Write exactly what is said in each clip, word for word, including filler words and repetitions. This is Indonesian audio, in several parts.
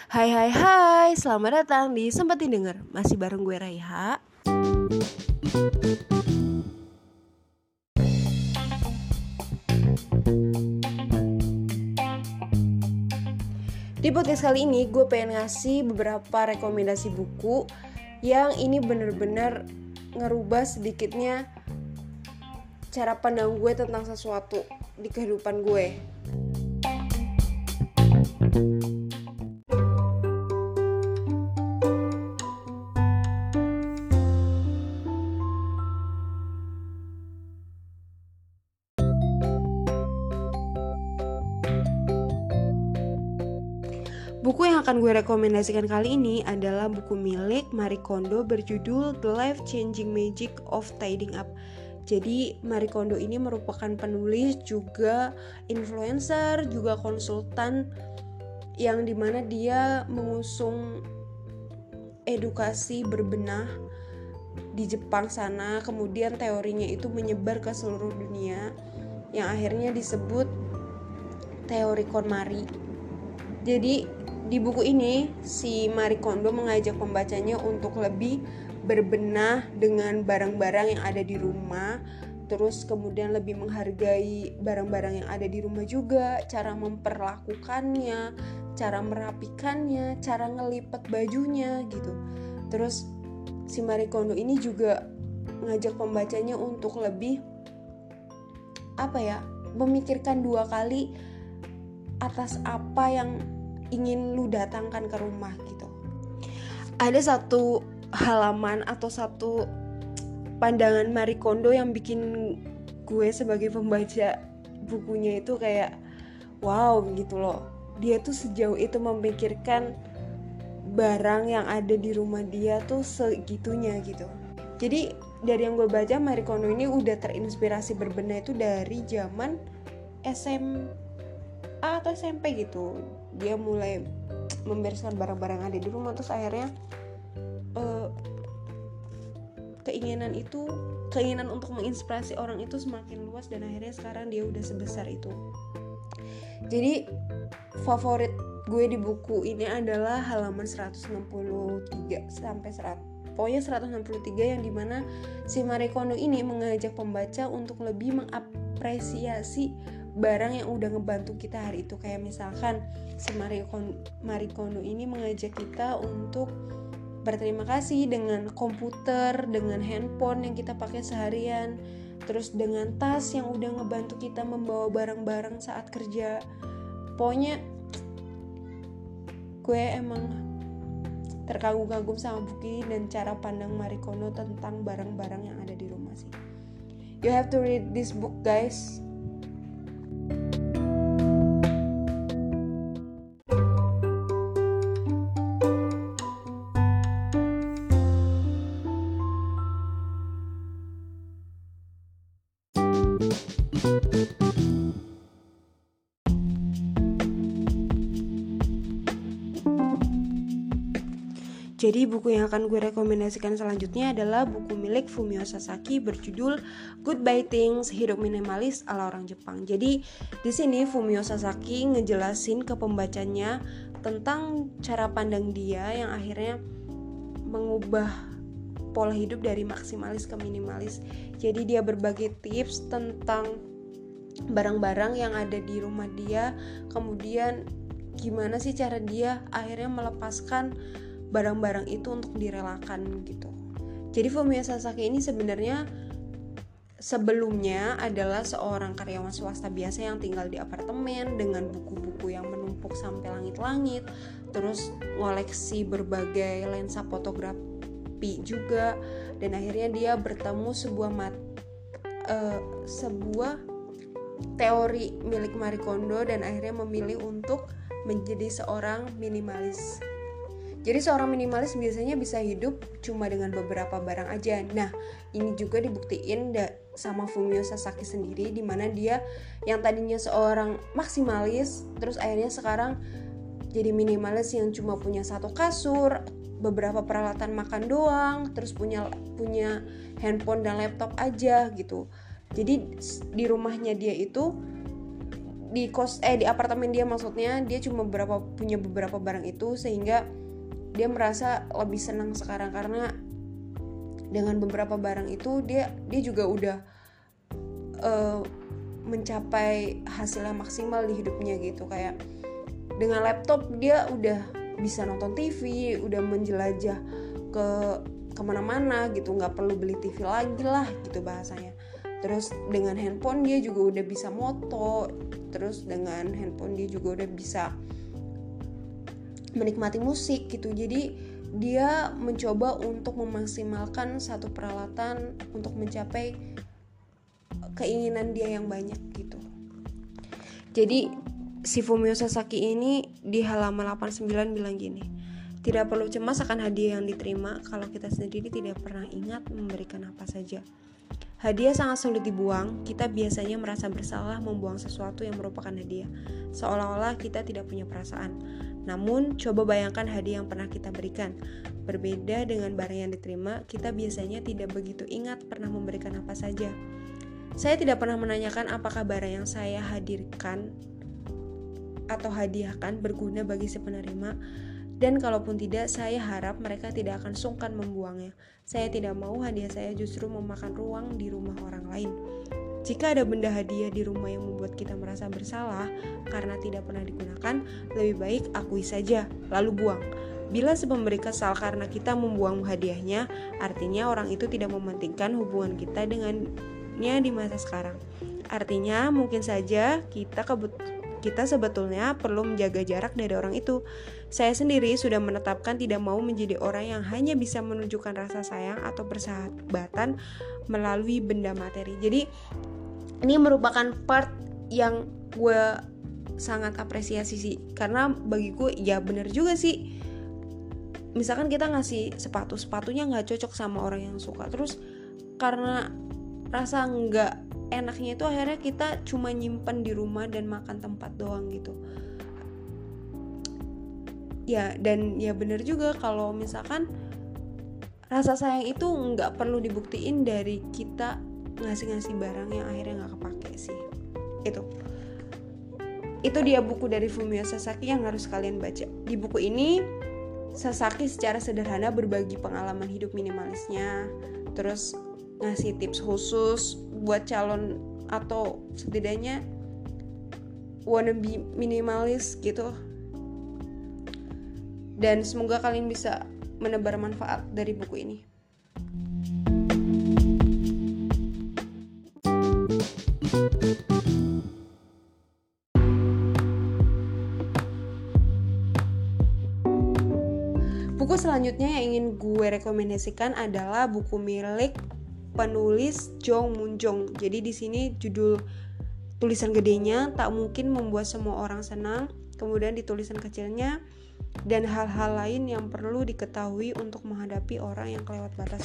Hai hai hai, selamat datang di Sempetin Denger. Masih bareng gue Raiha. Di podcast kali ini gue pengen ngasih beberapa rekomendasi buku yang ini bener-bener ngerubah sedikitnya cara pandang gue tentang sesuatu di kehidupan gue. Buku yang akan gue rekomendasikan kali ini adalah buku milik Marie Kondo berjudul The Life Changing Magic of Tidying Up. Jadi Marie Kondo ini merupakan penulis, juga influencer, juga konsultan, yang dimana dia mengusung edukasi berbenah di Jepang sana. Kemudian teorinya itu menyebar ke seluruh dunia, yang akhirnya disebut teori KonMari. Jadi di buku ini si Marie Kondo mengajak pembacanya untuk lebih berbenah dengan barang-barang yang ada di rumah, terus kemudian lebih menghargai barang-barang yang ada di rumah juga, cara memperlakukannya, cara merapikannya, cara ngelipet bajunya gitu. Terus si Marie Kondo ini juga ngajak pembacanya untuk lebih apa ya, memikirkan dua kali atas apa yang ingin lu datangkan ke rumah gitu. Ada satu halaman atau satu pandangan Marie Kondo yang bikin gue sebagai pembaca bukunya itu kayak wow gitu loh. Dia tuh sejauh itu memikirkan barang yang ada di rumah dia tuh segitunya gitu. Jadi dari yang gue baca, Marie Kondo ini udah terinspirasi berbenah itu dari zaman S M A atau S M P gitu. Dia mulai membereskan barang-barang yang ada di rumah, terus akhirnya uh, keinginan itu keinginan untuk menginspirasi orang itu semakin luas, dan akhirnya sekarang dia udah sebesar itu. Jadi favorit gue di buku ini adalah halaman seratus enam puluh tiga sampai seratus, pokoknya seratus enam puluh tiga, yang dimana si Marie Kondo ini mengajak pembaca untuk lebih mengapresiasi barang yang udah ngebantu kita hari itu. Kayak misalkan si Marie Kondo, Marie Kondo ini mengajak kita untuk berterima kasih dengan komputer, dengan handphone yang kita pakai seharian, terus dengan tas yang udah ngebantu kita membawa barang-barang saat kerja. Pokoknya gue emang terkagum-kagum sama buku ini dan cara pandang Marie Kondo tentang barang-barang yang ada di rumah sih. You have to read this book, guys. Jadi buku yang akan gue rekomendasikan selanjutnya adalah buku milik Fumio Sasaki berjudul Goodbye Things, Hidup Minimalis ala Orang Jepang. Jadi di sini Fumio Sasaki ngejelasin ke pembacanya tentang cara pandang dia yang akhirnya mengubah pola hidup dari maksimalis ke minimalis. Jadi dia berbagi tips tentang barang-barang yang ada di rumah dia, kemudian gimana sih cara dia akhirnya melepaskan barang-barang itu untuk direlakan gitu. Jadi Fumio Sasaki ini sebenarnya sebelumnya adalah seorang karyawan swasta biasa yang tinggal di apartemen dengan buku-buku yang menumpuk sampai langit-langit, terus ngoleksi berbagai lensa fotografi juga, dan akhirnya dia bertemu sebuah mat, uh, sebuah teori milik Marie Kondo dan akhirnya memilih untuk menjadi seorang minimalis. Jadi seorang minimalis biasanya bisa hidup cuma dengan beberapa barang aja. Nah, ini juga dibuktiin da- sama Fumio Sasaki sendiri, di mana dia yang tadinya seorang maksimalis, terus akhirnya sekarang jadi minimalis yang cuma punya satu kasur, beberapa peralatan makan doang, terus punya punya handphone dan laptop aja gitu. Jadi di rumahnya dia itu di kos eh di apartemen dia, maksudnya dia cuma beberapa punya beberapa barang itu, sehingga dia merasa lebih senang sekarang karena dengan beberapa barang itu dia dia juga udah uh, mencapai hasilnya maksimal di hidupnya gitu. Kayak dengan laptop dia udah bisa nonton T V, udah menjelajah ke kemana-mana gitu, nggak perlu beli T V lagi lah gitu bahasanya. Terus dengan handphone dia juga udah bisa moto, terus dengan handphone dia juga udah bisa menikmati musik gitu. Jadi dia mencoba untuk memaksimalkan satu peralatan untuk mencapai keinginan dia yang banyak gitu. Jadi si Fumio Sasaki ini di halaman delapan puluh sembilan bilang gini, tidak perlu cemas akan hadiah yang diterima kalau kita sendiri tidak pernah ingat memberikan apa saja. Hadiah sangat sulit dibuang, kita biasanya merasa bersalah membuang sesuatu yang merupakan hadiah, seolah-olah kita tidak punya perasaan. Namun, coba bayangkan hadiah yang pernah kita berikan. Berbeda dengan barang yang diterima, kita biasanya tidak begitu ingat pernah memberikan apa saja. Saya tidak pernah menanyakan apakah barang yang saya hadirkan atau hadiahkan berguna bagi si penerima, dan kalaupun tidak, saya harap mereka tidak akan sungkan membuangnya. Saya tidak mau hadiah saya justru memakan ruang di rumah orang lain. Jika ada benda hadiah di rumah yang membuat kita merasa bersalah karena tidak pernah digunakan, lebih baik akui saja, lalu buang. Bila si pemberi kesal karena kita membuang hadiahnya, artinya orang itu tidak mementingkan hubungan kita dengannya di masa sekarang. Artinya mungkin saja kita kebetulan kita sebetulnya perlu menjaga jarak dari orang itu. Saya sendiri sudah menetapkan tidak mau menjadi orang yang hanya bisa menunjukkan rasa sayang atau persahabatan melalui benda materi. Jadi ini merupakan part yang gue sangat apresiasi sih, karena bagi gue ya benar juga sih. Misalkan kita ngasih sepatu, sepatunya nggak cocok sama orang yang suka, terus karena rasa nggak enaknya itu akhirnya kita cuma nyimpen di rumah dan makan tempat doang gitu. Ya, dan ya benar juga kalau misalkan rasa sayang itu nggak perlu dibuktiin dari kita ngasih-ngasih barang yang akhirnya nggak kepake sih. Itu itu dia buku dari Fumio Sasaki yang harus kalian baca. Di buku ini Sasaki secara sederhana berbagi pengalaman hidup minimalisnya, terus ngasih tips khusus buat calon atau setidaknya wannabe minimalis gitu. Dan semoga kalian bisa menebar manfaat dari buku ini. Buku selanjutnya yang ingin gue rekomendasikan adalah buku milik penulis Jong Moon-jong. Jadi di sini judul tulisan gedenya tak mungkin membuat semua orang senang, kemudian di tulisan kecilnya dan hal-hal lain yang perlu diketahui untuk menghadapi orang yang kelewat batas.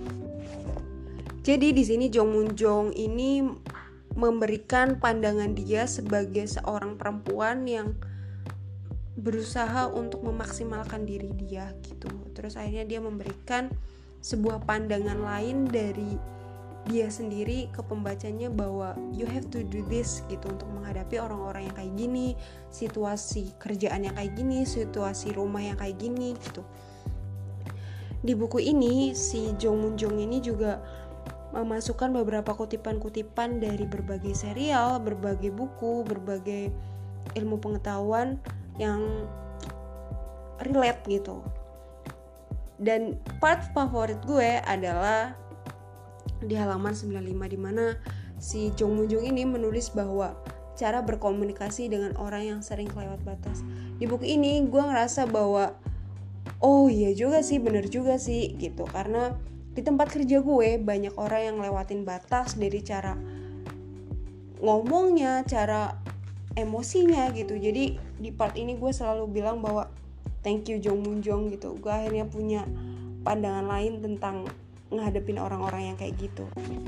Jadi di sini Jong Moon-jong ini memberikan pandangan dia sebagai seorang perempuan yang berusaha untuk memaksimalkan diri dia gitu. Terus akhirnya dia memberikan sebuah pandangan lain dari dia sendiri ke pembacanya bahwa you have to do this gitu untuk menghadapi orang-orang yang kayak gini, situasi kerjaan yang kayak gini, situasi rumah yang kayak gini gitu. Di buku ini si Jong Moon-jong ini juga memasukkan beberapa kutipan-kutipan dari berbagai serial, berbagai buku, berbagai ilmu pengetahuan yang relate gitu. Dan part favorit gue adalah di halaman sembilan puluh lima, di mana si Jong Moon-jong ini menulis bahwa cara berkomunikasi dengan orang yang sering kelewat batas. Di buku ini gue ngerasa bahwa oh iya juga sih, bener juga sih gitu. Karena di tempat kerja gue banyak orang yang lewatin batas dari cara ngomongnya, cara emosinya gitu. Jadi di part ini gue selalu bilang bahwa thank you Jong Moon-jong gitu. Gue akhirnya punya pandangan lain tentang ngadepin orang-orang yang kayak gitu.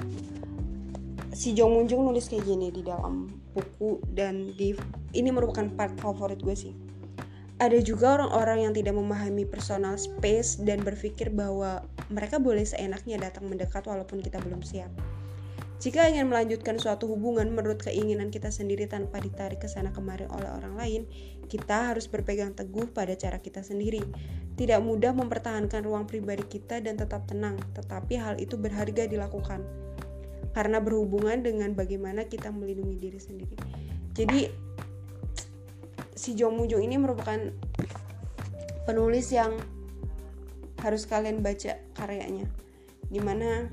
Si Jong Moon-jong nulis kayak gini di dalam buku, dan di ini merupakan part favorit gue sih. Ada juga orang-orang yang tidak memahami personal space dan berpikir bahwa mereka boleh seenaknya datang mendekat walaupun kita belum siap. Jika ingin melanjutkan suatu hubungan menurut keinginan kita sendiri tanpa ditarik ke sana kemari oleh orang lain, kita harus berpegang teguh pada cara kita sendiri. Tidak mudah mempertahankan ruang pribadi kita dan tetap tenang, tetapi hal itu berharga dilakukan. Karena berhubungan dengan bagaimana kita melindungi diri sendiri. Jadi si Jo Moo Jung ini merupakan penulis yang harus kalian baca karyanya, dimana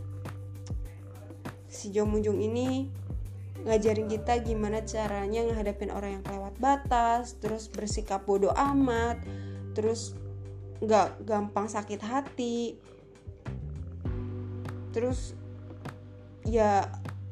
si Jo Moo Jung ini ngajarin kita gimana caranya ngehadapin orang yang kelewat batas, terus bersikap bodoh amat, terus gak gampang sakit hati, terus ya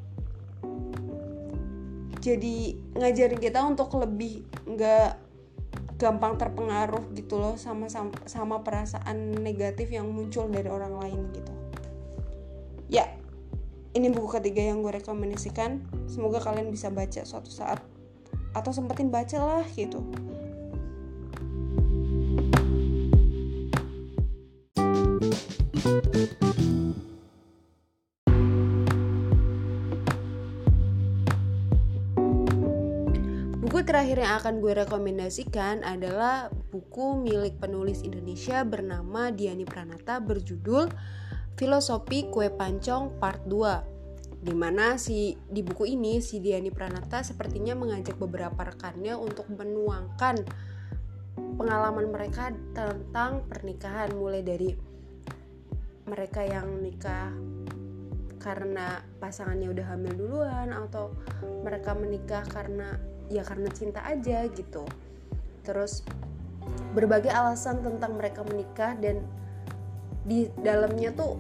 jadi ngajarin kita untuk lebih gak gampang terpengaruh gitu loh sama, sama sama perasaan negatif yang muncul dari orang lain gitu. Ya, ini buku ketiga yang gue rekomendasikan. Semoga kalian bisa baca suatu saat, atau sempetin baca lah gitu. Buku terakhir yang akan gue rekomendasikan adalah buku milik penulis Indonesia bernama Diani Pranata berjudul Filosofi Kue Pancong Part dua. Dimana si di buku ini si Diani Pranata sepertinya mengajak beberapa rekannya untuk menuangkan pengalaman mereka tentang pernikahan, mulai dari mereka yang nikah karena pasangannya udah hamil duluan, atau mereka menikah karena ya karena cinta aja gitu. Terus berbagai alasan tentang mereka menikah, dan di dalamnya tuh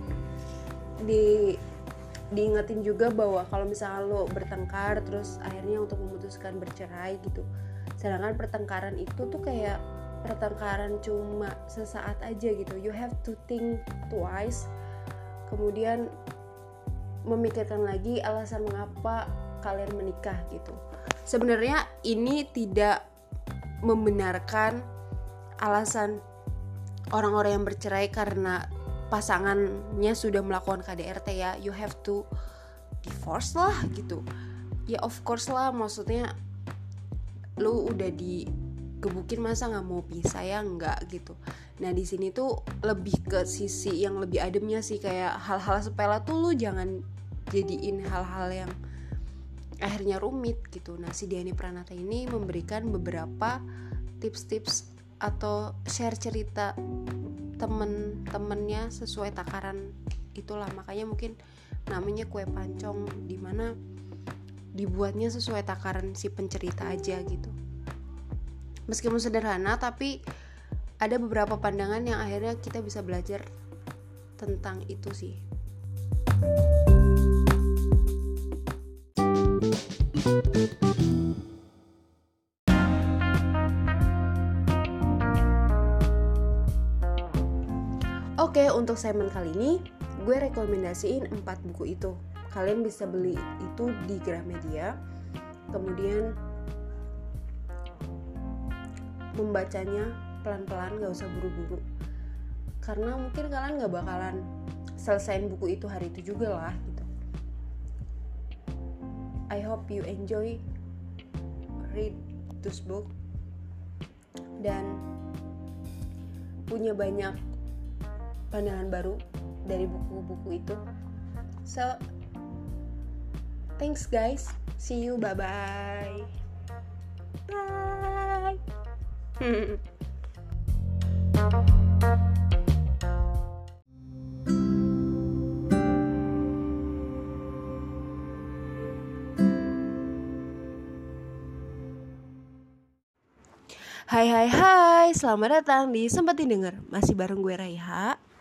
di diingetin juga bahwa kalau misalnya lo bertengkar terus akhirnya untuk memutuskan bercerai gitu, sedangkan pertengkaran itu tuh kayak pertengkaran cuma sesaat aja gitu. You have to think twice, kemudian memikirkan lagi alasan mengapa kalian menikah gitu. Sebenarnya ini tidak membenarkan alasan orang-orang yang bercerai karena pasangannya sudah melakukan K D R T ya. You have to divorce lah gitu. Ya of course lah, maksudnya lu udah digebukin masa nggak mau pisah ya, nggak gitu. Nah di sini tuh lebih ke sisi yang lebih ademnya sih, kayak hal-hal sepele tuh lu jangan jadiin hal-hal yang akhirnya rumit gitu. Nah si Diani Pranata ini memberikan beberapa tips-tips atau share cerita temen-temennya sesuai takaran itulah, makanya mungkin namanya kue pancong, dimana dibuatnya sesuai takaran si pencerita aja gitu. Meskipun sederhana, tapi ada beberapa pandangan yang akhirnya kita bisa belajar tentang itu sih. Oke, untuk segmen kali ini gue rekomendasiin empat buku itu. Kalian bisa beli itu di Gramedia. Kemudian membacanya pelan-pelan, gak usah buru-buru, karena mungkin kalian gak bakalan selesaiin buku itu hari itu juga lah gitu. I hope you enjoy read this book dan punya banyak pandangan baru dari buku-buku itu. So, thanks guys. See you, bye-bye. Bye. Hai hai hai, selamat datang di Sempetin Denger. Masih bareng gue Raiha.